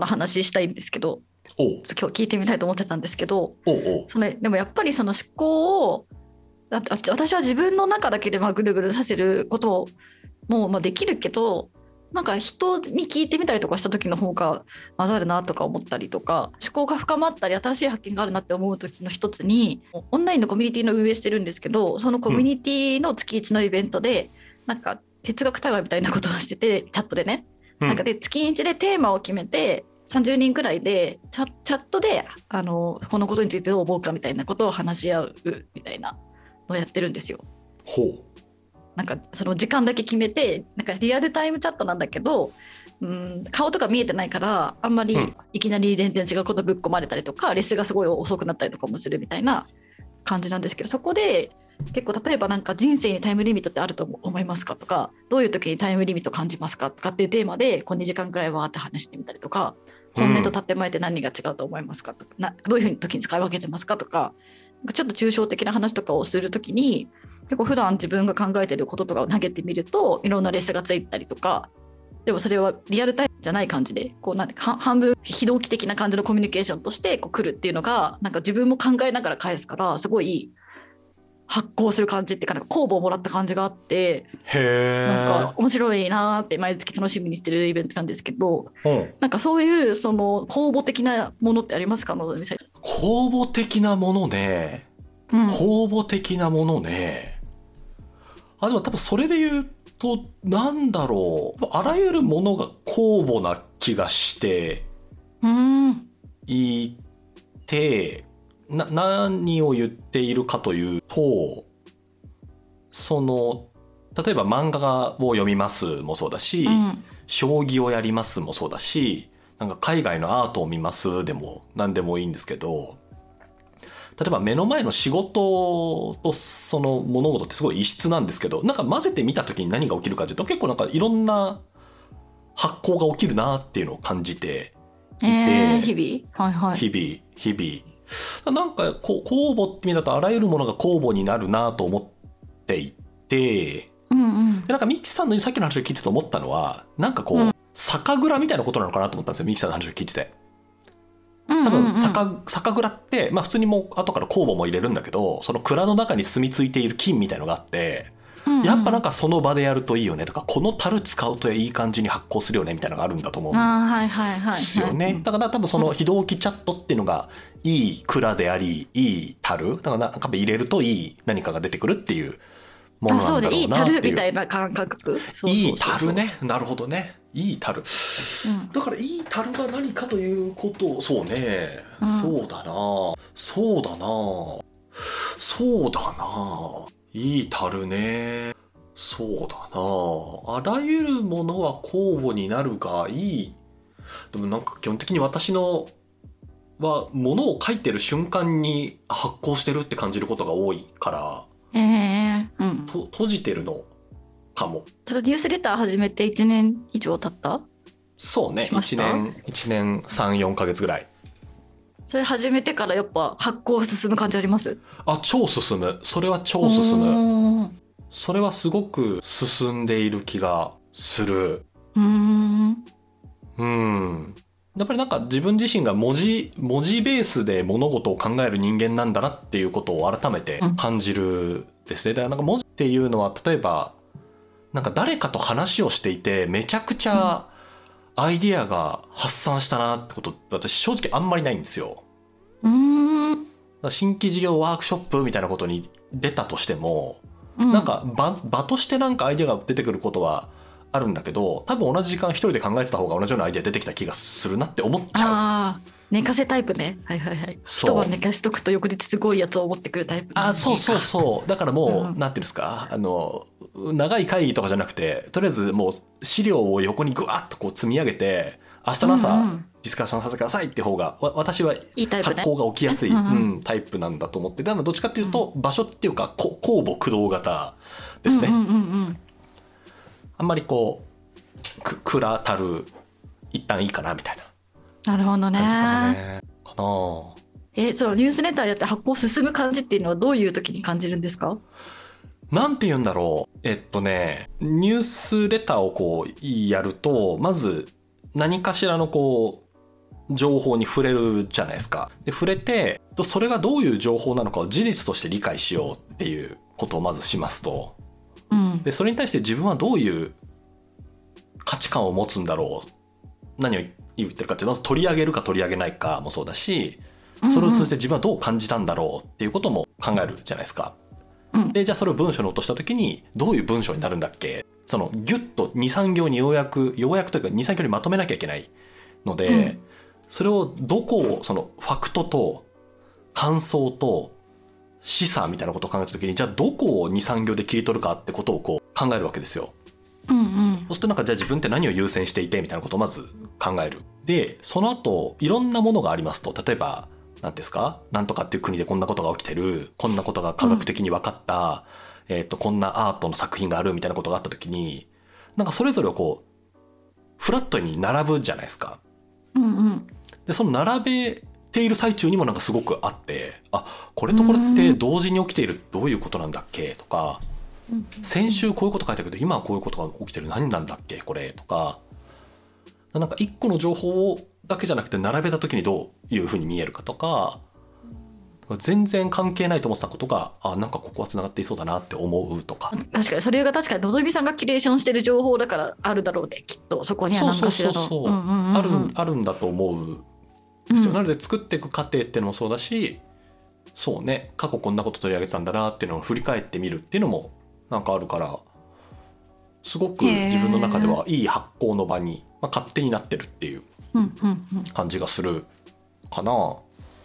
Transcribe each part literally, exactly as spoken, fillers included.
の話したいんですけど、 おちょっと今日聞いてみたいと思ってたんですけど、 おおそれでもやっぱりその思考をだって私は自分の中だけでまあぐるぐるさせることもまあできるけど、なんか人に聞いてみたりとかした時の方が混ざるなとか思ったりとか、思考が深まったり新しい発見があるなって思う時の一つに、オンラインのコミュニティの運営してるんですけど、そのコミュニティの月いちのイベントで、うん、なんか哲学対話みたいなことをしてて、チャットでね、うん、なんかで月いちでテーマを決めてさんじゅうにんくらいでチャ、チャットであのこのことについてどう思うかみたいなことを話し合うみたいなのをやってるんですよ。 ほう。 なんかその時間だけ決めて、なんかリアルタイムチャットなんだけど、うん、顔とか見えてないからあんまりいきなり全然違うことぶっ込まれたりとか、レスがすごい遅くなったりとかもするみたいな感じなんですけど、そこで結構例えばなんか人生にタイムリミットってあると思いますかとか、どういう時にタイムリミット感じますかとかっていうテーマでこうにじかんくらいわーって話してみたりとか、本音と建前って何が違うと思いますかとか、などういうふうに時に使い分けてますかとか、ちょっと抽象的な話とかをするときに、結構普段自分が考えていることとかを投げてみるといろんなレスがついたりとか、でもそれはリアルタイムじゃない感じで、こうなんか半分非同期的な感じのコミュニケーションとしてこう来るっていうのが、なんか自分も考えながら返すからすごい発行する感じっていうか、なんか公募をもらった感じがあって、 へなんか面白いなって毎月楽しみにしてるイベントなんですけど、 うん、 なんかそういうその公募的なものってありますか？のぞみさん。 公募的なものね、うん、公募的なものね。あ、でも多分それで言うとなんだろう、あらゆるものが公募な気がしていて、な何を言っているかというと、その例えば漫画を読みますもそうだし、うん、将棋をやりますもそうだし、なんか海外のアートを見ますでも何でもいいんですけど、例えば目の前の仕事とその物事ってすごい異質なんですけど、なんか混ぜてみた時に何が起きるかというと、結構なんかいろんな発行が起きるなっていうのを感じていて、 えー、日々、はいはい、 日々日々なんかこう公募って意味だとあらゆるものが公募になるなと思っていて、うんうん、でなんかミキさんのさっきの話を聞いてて思ったのは、なんかこう、うん、酒蔵みたいなことなのかなと思ったんですよ、ミキさんの話を聞いてて。多分 酒, 酒蔵って、まあ、普通にもう後から酵母も入れるんだけど、その蔵の中に住み着いている菌みたいのがあって、うんうん、やっぱなんかその場でやるといいよねとか、この樽使うといい感じに発酵するよねみたいなのがあるんだと思うんですよね。だから多分その非同期チャットっていうのがいい蔵であり、いい樽だからなんか入れるといい何かが出てくるっていうものなんだろうなっていう。 あ、そうでいい樽みたいな感覚。 いい樽ね、なるほどね。いい樽、うん、だからいい樽が何かということを、そうね、うん、そうだなそうだなそうだないい樽ね、そうだなあらゆるものは交互になるがいい。でもなんか基本的に私のは物を書いてる瞬間に発酵してるって感じることが多いから、 えーうん、 と閉じてるのかも。 ただニュースレター始めていちねん以上経った？ そうね、いちねんいちねんさん、よんかげつぐらい。 それ始めてからやっぱ発行が進む感じあります？ あ、超進む。それは超進む。それはすごく進んでいる気がする。うーん。うん。やっぱりなんか自分自身が文字文字ベースで物事を考える人間なんだなっていうことを改めて感じるですね。だからなんか文字っていうのは例えばなんか誰かと話をしていてめちゃくちゃアイディアが発散したなってことって私正直あんまりないんですよ。うーん。新規事業ワークショップみたいなことに出たとしても、うん、なんか 場, 場としてなんかアイデアが出てくることはあるんだけど、多分同じ時間一人で考えてた方が同じようなアイデア出てきた気がするなって思っちゃう。ああ、寝かせタイプね。はいはいはい。一晩寝かしとくと翌日すごいやつを持ってくるタイプ。 あ、そうそうそう。だからもう、うん、なんていうんですか、あの長い会議とかじゃなくて、とりあえずもう資料を横にグワッとこう積み上げて、明日の朝、うんうん、ディスカッションさせてくださいって方が私は発行が起きやすい、いいタイプね、うん、タイプなんだと思って、だからどっちかっていうと、うん、場所っていうか公募駆動型ですね。うんうんうんうん、あんまりこうく蔵たる一旦いいかなみたいな。 なるほどね。 かねかな。 え、そのニュースレターやって発行進む感じっていうのはどういう時に感じるんですか？ なんて言うんだろう。えっとね、ニュースレターをこうやると、まず何かしらのこう情報に触れるじゃないですか。で触れてそれがどういう情報なのかを事実として理解しようっていうことをまずしますと、 うん、でそれに対して自分はどういう価値観を持つんだろう、何を言ってるかっていうとまず取り上げるか取り上げないかもそうだし、それを通じて自分はどう感じたんだろうっていうことも考えるじゃないですか。うん、でじゃあそれを文章に落とした時にどういう文章になるんだっけ、そのギュッと にさん行にようやくようやくというか にさん行にまとめなきゃいけないので、うん、それをどこをそのファクトと感想と示唆みたいなことを考えた時にじゃあどこを にさん行で切り取るかってことをこう考えるわけですよ。うんうん、そうするとなんかじゃあ自分って何を優先していてみたいなことをまず考える。でその後いろんなものがありますと、例えば何ですか、なんとかっていう国でこんなことが起きてる、こんなことが科学的に分かった、うん、えーと、こんなアートの作品があるみたいなことがあった時になんかそれぞれをこうフラットに並ぶじゃないですか。うんうん、でその並べている最中にもなんかすごくあって、あこれとこれって同時に起きている、どういうことなんだっけとか、うん、先週こういうこと書いたけど今はこういうことが起きてる、何なんだっけこれとか、なんか一個の情報だけじゃなくて並べた時にどういうふうに見えるかとか、全然関係ないと思ってたことがあなんかここはつながっていそうだなって思うとか。 確かにそれが確かにのぞみさんがキュレーションしてる情報だからあるだろうね、きっとそこには何かしらのそうそうそうそう、うんうんうん、あるあるんだと思う、うん、なので作っていく過程っていうのもそうだし、そうね過去こんなこと取り上げてたんだなっていうのを振り返ってみるっていうのもなんかあるから、すごく自分の中ではいい発行の場に、まあ、勝手になってるっていう感じがするかな、うんうんうん、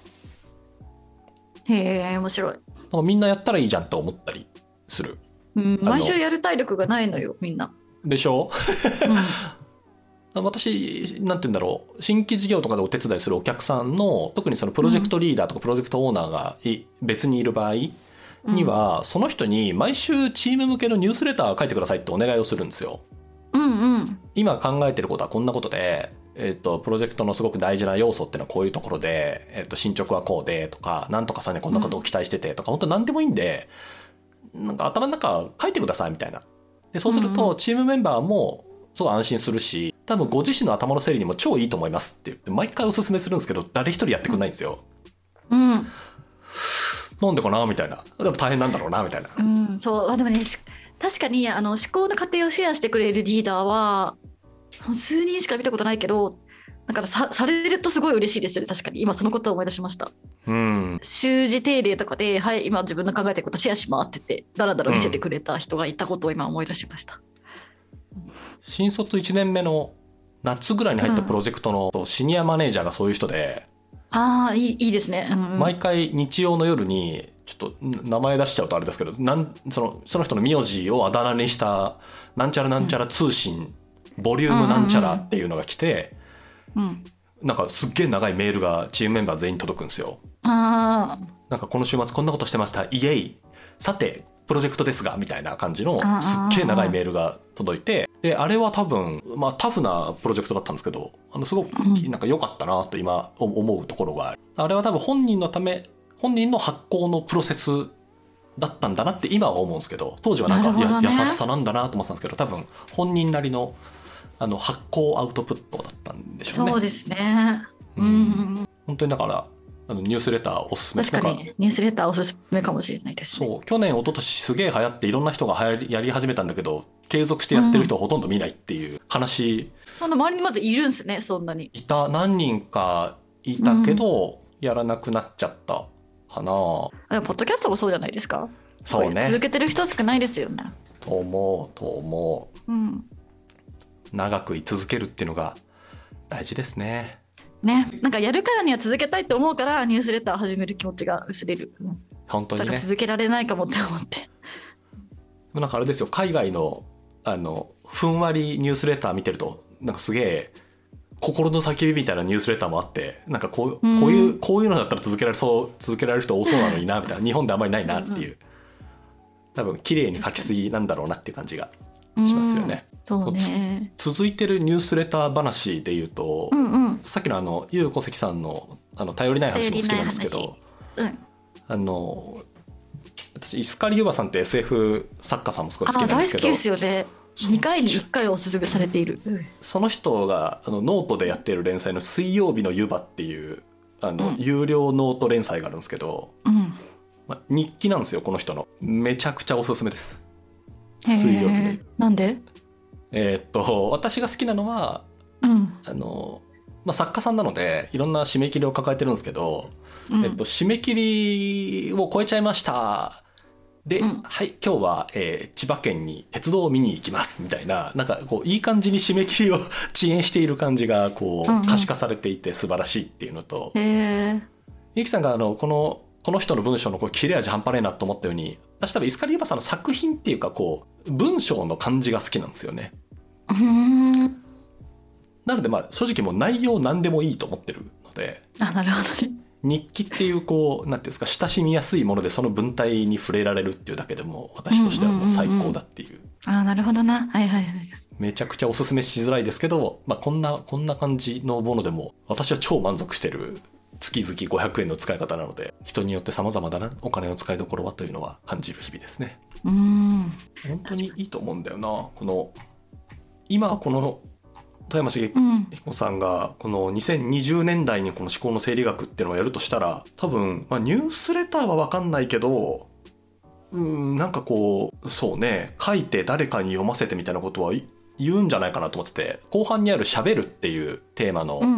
へえ面白い。 なんかみんなやったらいいじゃんと思ったりする、 うん、毎週やる体力がないのよみんなでしょ、うん、私なんて言うんだろう、新規事業とかでお手伝いするお客さんの特にそのプロジェクトリーダーとかプロジェクトオーナーが別にいる場合には、うん、その人に毎週チーム向けのニュースレターを書いてくださいってお願いをするんですよ、うんうん、今考えてることはこんなことで、えーと、プロジェクトのすごく大事な要素っていうのはこういうところで、えーと、進捗はこうでとか、なんとかさんねこんなことを期待しててとか、うん、本当何でもいいんでなんか頭の中書いてくださいみたいな。でそうするとチームメンバーもすごい安心するし、多分ご自身の頭の整理にも超いいと思いますって言って毎回おすすめするんですけど、誰一人やってくれないんですよ、うん、なんでかなみたいな、でも大変なんだろうなみたいな、 うん、そうでもね確かにあの思考の過程をシェアしてくれるリーダーは数人しか見たことないけど、だから さ, されるとすごい嬉しいですよね。確かに今そのことを思い出しました、うん、習字定例とかではい今自分の考えてることシェアしますって言ってだらだら見せてくれた人がいたことを今思い出しました、 うん、新卒いちねんめの夏ぐらいに入ったプロジェクトのシニアマネージャーがそういう人で、 うん、ああいい、いいですね、うん、 毎回日曜の夜にちょっと名前出しちゃうとあれですけど、なんそのその人の名字をあだ名にしたなんちゃらなんちゃら通信、うん、ボリュームなんちゃらっていうのが来て、うん、なんかすっげえ長いメールがチームメンバー全員届くんですよ。あなんかこの週末こんなことしてました、イエイさてプロジェクトですがみたいな感じのすっげえ長いメールが届いて、であれは多分、まあ、タフなプロジェクトだったんですけど、あのすごくなんか良かったなと今思うところがある。あれは多分本人のため本人の発行のプロセスだったんだなって今は思うんですけど、当時はなんか、ね、優しさなんだなと思ってたんですけど、多分本人なりのあの発行アウトプットだったんでしょうね。 そうですね、うんうん、 本当にだからあのニュースレターおすすめ。 確かにニュースレターおすすめかもしれないですね。 そう去年一昨年すげえ流行っていろんな人が流行りやり始めたんだけど継続してやってる人はほとんど見ないっていう悲しい、うん、 そんな周りにまずいるんですね。そんなにいた、何人かいたけど、うん、やらなくなっちゃったかな。でもポッドキャストもそうじゃないですか。 そうね、 続けてる人少ないですよね。 と思うと思う、うん、長く居続けるっていうのが大事ですね。 ね、なんかやるからには続けたいと思うからニュースレターを始める気持ちが薄れる、うん、 本当にね。 だから続けられないかもって思って。 なんかあれですよ、海外のあのふんわりニュースレター見てるとなんかすげえ心の叫びみたいなニュースレターもあって、なんかこう、こういうこういうのだったら続けられそう続けられる人多そうなのになみたいな日本であんまりないなっていう、多分綺麗に書きすぎなんだろうなっていう感じがしますよね。 そうね。 続いてるニュースレター話でいうと、うんうん、さっきのあのゆうこせきさんのあの頼りない話も好きなんですけど、うん、あの私イスカリユバさんって エスエフ 作家さんもすごい好きなんですけど、 あ大好きですよね。 にかいにいっかいおすすめされている。 その人があのノートでやってる連載の水曜日の湯葉っていうあの、うん、有料ノート連載があるんですけど、うんまあ、日記なんですよこの人の。めちゃくちゃおすすめです。水曜日の。 なんで？ えー、っと私が好きなのは、うん、あのまあ、作家さんなのでいろんな締め切りを抱えてるんですけど、うんえっと、締め切りを超えちゃいましたで、うん、はい今日は、えー、千葉県に鉄道を見に行きますみたいな、なんかこういい感じに締め切りを遅延している感じがこう、うんうん、可視化されていて素晴らしいっていうのと、ゆきさんがあのこのこの人の文章のこう切れ味半端ねえなと思ったように、私多分イスカリーバさんの作品っていうかこう文章の感じが好きなんですよね。うんなのでまあ正直もう内容何でもいいと思ってるので。 あ、なるほどね。 日記っていうこうなんていうんですか親しみやすいものでその文体に触れられるっていうだけでも私としてはもう最高だっていう。うんうんうんうん、 あ、なるほどな。はいはいはい。 めちゃくちゃおすすめしづらいですけど、まあこんなこんな感じのものでも私は超満足してる月々ごひゃくえんの使い方なので、人によって様々だなお金の使いどころはというのは感じる日々ですね。うん。本当にいいと思うんだよな。この今この富山茂彦さんがこのにせんにじゅうねんだいにこの思考の整理学っていうのをやるとしたら、多分、まあ、ニュースレターは分かんないけど、うんなんかこうそうね書いて誰かに読ませてみたいなことは言うんじゃないかなと思ってて、後半にある喋るっていうテーマの、うんうんうん、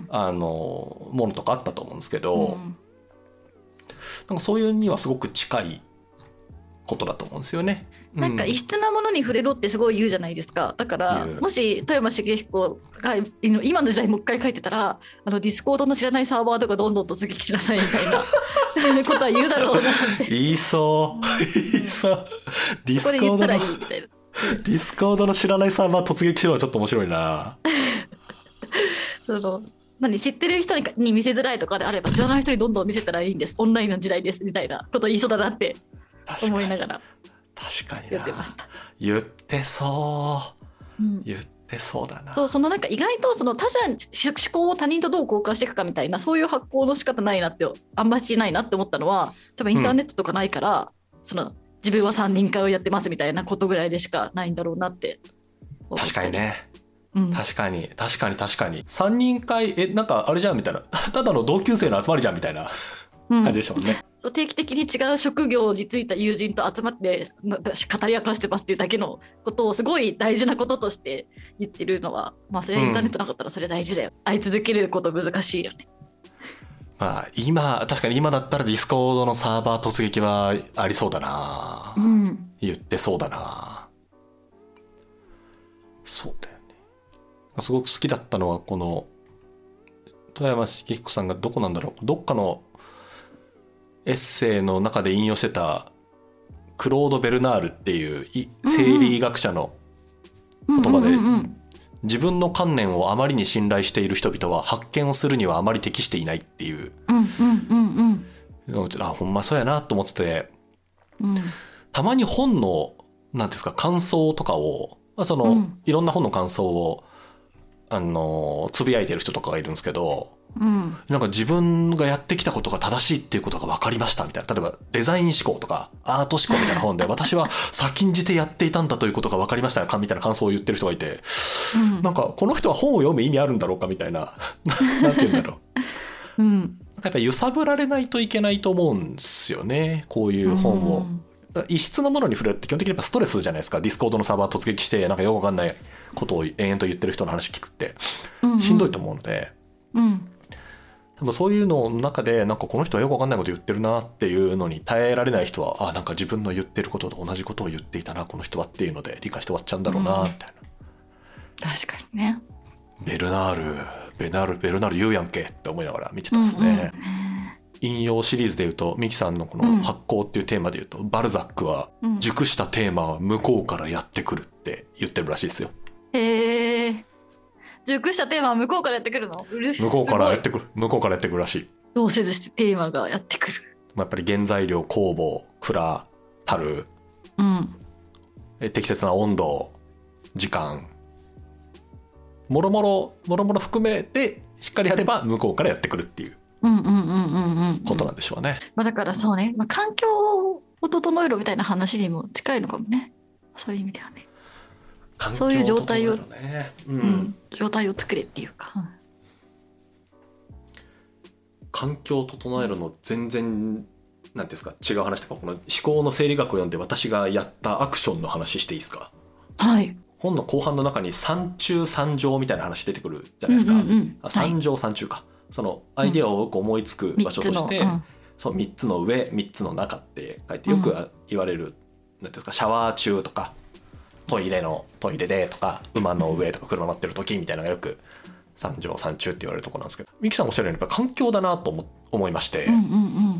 あのものとかあったと思うんですけど、うん、なんかそういうにはすごく近いことだと思うんですよね。 なんか異質なものに触れろってすごい言うじゃないですか。だからもし富山茂彦が今の時代もう一回書いてたら、あのディスコードの知らないサーバーとかどんどん突撃しなさいみたいなことは言うだろうなって言いそう言いそうディスコードのこれ言ったらいいみたいなディスコードの知らないサーバー突撃するのはちょっと面白いなその何知ってる人 に, に見せづらいとかであれば知らない人にどんどん見せたらいいんです、オンラインの時代ですみたいなこと言いそうだなって思いながら確かに言ってました。 言ってそう、うん、言ってそうだな。 そうそのなんか意外とその他者思考を他人とどう交換していくかみたいな、そういう発行の仕方ないなってあんましないなって思ったのは、多分インターネットとかないから、うん、その自分はさんにん会をやってますみたいなことぐらいでしかないんだろうなって思った。 確かにね、うん、確かに確かに確かにさんにん会えなんかあれじゃんみたいなただの同級生の集まりじゃんみたいな感じでしたもんね。 うん、定期的に違う職業に就いた友人と集まって語り明かしてますっていうだけのことをすごい大事なこととして言ってるのは、まあそれはインターネットなかったらそれ大事だよ、うん、会い続けること難しいよね。 まあ今確かに今だったらディスコードのサーバー突撃はありそうだな、うん、言ってそうだな。そうだよね。すごく好きだったのはこの富山茂彦さんがどこなんだろうどっかのエッセイの中で引用してたクロード・ベルナールっていう生理学者の言葉で、自分の観念をあまりに信頼している人々は発見をするにはあまり適していないっていう、あほんまそうやなと思ってて、うん、たまに本のなんですか感想とかをその、うん、いろんな本の感想をあのつぶやいてる人とかがいるんですけど、うん、なんか自分がやってきたことが正しいっていうことが分かりましたみたいな、例えばデザイン思考とかアート思考みたいな本で私は先んじてやっていたんだということが分かりましたかみたいな感想を言ってる人がいて、うん、なんかこの人は本を読む意味あるんだろうかみたいななんて言うんだろう、うん、なんかやっぱり揺さぶられないといけないと思うんですよねこういう本を、うん、異質なものに触れるって基本的にやっぱストレスじゃないですか。ディスコードのサーバー突撃してなんかよく分かんないことを延々と言ってる人の話聞くってしんどいと思うので、うんうん多分そういうのの中でなんかこの人はよく分かんないこと言ってるなっていうのに耐えられない人はあなんか自分の言ってることと同じことを言っていたなこの人はっていうので理解して終わっちゃうんだろうなみたいな、 うん、確かにね。 ベルナールベナールベルナール言うやんけって思いながら見てたんですね、うんうん、引用シリーズでいうとミキさんのこの発行っていうテーマでいうと、うん、バルザックは熟したテーマは向こうからやってくるって言ってるらしいですよ。 へえ熟したテーマは向こうからやってくるの？ 向こうからやってくる向こうからやってくるらしい。 どうせずしてテーマがやってくる。 やっぱり原材料酵母蔵樽、うん、適切な温度時間もろもろもろもろ含めてしっかりやれば向こうからやってくるっていうことなんでしょうね。 まあだからそうね、まあ、環境を整えろみたいな話にも近いのかもねそういう意味ではね。 そういう状態を、 ねうんうん、状態を作れっていうか、うん、 環境を整えるの全然なんていうんですか違う話とかこの思考の整理学を読んで私がやったアクションの話していいですか。 はい本の後半の中に三中三条みたいな話出てくるじゃないですか、うんうんうん、あ三条三中か、はい、そのアイデアをよく思いつく場所として、うん、そうみっつの上みっつの中って書いてよく言われる、うん、なんていうんですかシャワー中とかトイレのトイレでとか馬の上とか車乗ってる時みたいなのがよく三条三中って言われるところなんですけど、ミキさんおっしゃるようにやっぱ環境だなと 思, 思いまして、うんうんうん、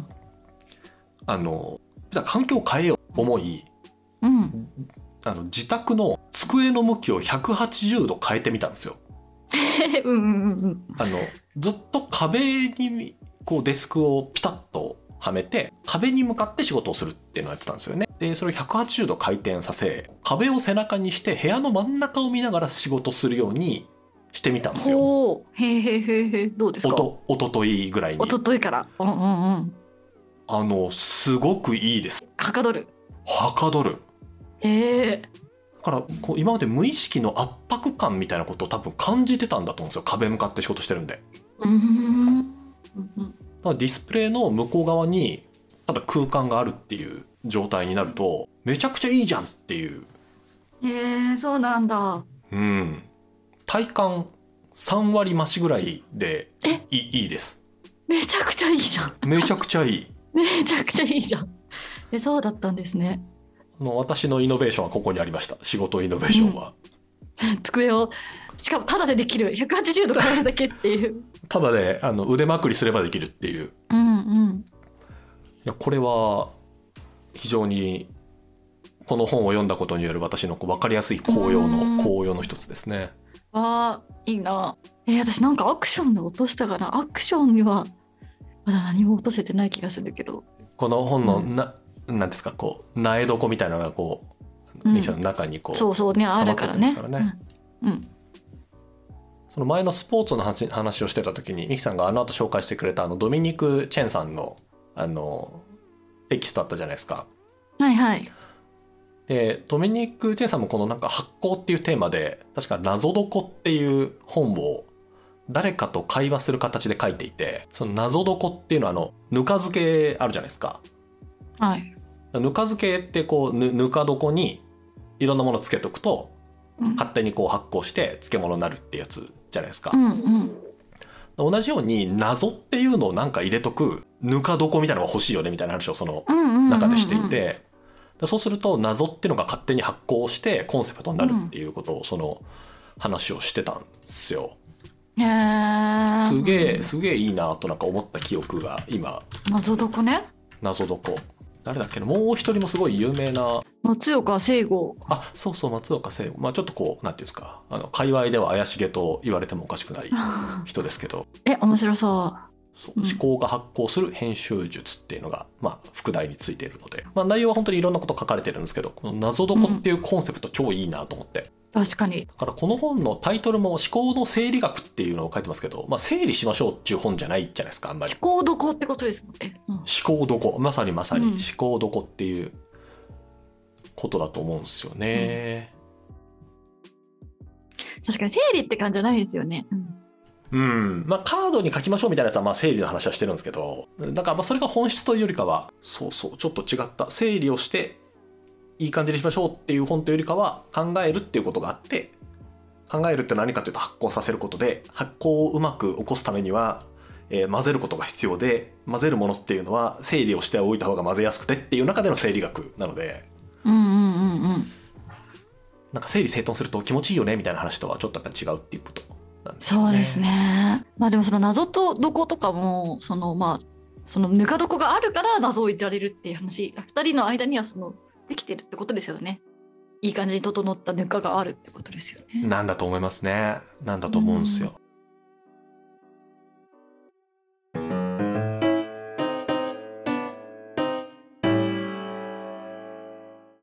あの環境を変えようと思い、うん、あの自宅の机の向きをひゃくはちじゅうど変えてみたんですよ。うんうんうん、あのずっと壁にこうデスクをピタッとはめて壁に向かって仕事をするっていうのをやってたんですよね。でそれをひゃくはちじゅうど回転させ壁を背中にして部屋の真ん中を見ながら仕事するようにしてみたんですよ。 おへーへーへーへーどうですか。 おと、おとといぐらいに。 おとといから、うんうんうん、 あのすごくいいです。 はかどるはかどる。 へえ。 だからこう今まで無意識の圧迫感みたいなことを多分感じてたんだと思うんですよ。壁向かって仕事してるんで。うん、だからディスプレイの向こう側にただ空間があるっていう状態になるとめちゃくちゃいいじゃんっていう。 へえ、そうなんだ。 うん。体感さんわり増しぐらいでい い, いいです。 めちゃくちゃいいじゃん。 めちゃくちゃいい。 めちゃくちゃいいじゃん。え、そうだったんですね。 あの私のイノベーションはここにありました。仕事イノベーションは、 うん、机をしかもタダでできるひゃくはちじゅうど変えるだけっていうタダであの腕まくりすればできるっていう、うんうん、いやこれは非常にこの本を読んだことによる私のこう分かりやすい効用の効用の一つですね。 わあいいな。えー、私なんかアクションで落としたかな。アクションにはまだ何も落とせてない気がするけど、 この本のな、うん、なんですかこう苗床みたいなのがこうミキさんの中にこう、うん、 そうそうねあるからね。うん、うん、 その前のスポーツの話、話をしてた時にミキさんがあの後紹介してくれたあのドミニク・チェンさんのあのテキストあったじゃないですか。 はいはい。 でドミニク・チェンさんもこのなんか発酵っていうテーマで確か謎床っていう本を誰かと会話する形で書いていて、その謎床っていうのはあのぬか漬けあるじゃないですか。 はい。 ぬか漬けってこう ぬ, ぬか床にいろんなものつけとくと、うん、勝手にこう発酵して漬物になるってやつじゃないですか。うんうん、同じように謎っていうのをなんか入れとくぬか床みたいなのが欲しいよねみたいな話をその中でしていて、うんうんうんうん、そうすると謎っていうのが勝手に発酵してコンセプトになるっていうことをその話をしてたんですよ。うん、すげえすげえいいなとなんか思った記憶が今。 謎床ね。 謎床誰だっけな、もう一人もすごい有名な松岡聖吾。 あ、そうそう松岡聖吾、まあちょっとこうなんていうんですか、あの界隈では怪しげと言われてもおかしくない人ですけどえ面白そう。 そう、思考が発酵する編集術っていうのが、まあ、副題についているので、まあ、内容は本当にいろんなこと書かれてるんですけど、この謎床っていうコンセプト超いいなと思って、 うん、確かに。 だからこの本のタイトルも思考の整理学っていうのを書いてますけど、まあ、整理しましょうっていう本じゃないじゃないですか。あんまり思考床ってことですもんね、うん、思考床まさにまさに思考床っていうことだと思うんですよね、 うん、確かに整理って感じじゃないですよね、うんうんまあ、カードに書きましょうみたいなやつはまあ整理の話はしてるんですけど、だからまあそれが本質というよりかはそうそうちょっと違った整理をしていい感じにしましょうっていう本というよりかは考えるっていうことがあって、考えるって何かというと発酵させることで、発酵をうまく起こすためには、えー、混ぜることが必要で、混ぜるものっていうのは整理をしておいた方が混ぜやすくてっていう中での整理学なので、うんうんうんうんなんか整理整頓すると気持ちいいよねみたいな話とはちょっとやっぱ違うっていうことなんですね。 そうですね。まあでもその謎と床とかもそのまあそのぬか床があるから謎を言ってられるっていう話、ふたりの間にはそのできてるってことですよね。いい感じに整ったぬかがあるってことですよね。 なんだと思いますね。なんだと思うんですよ。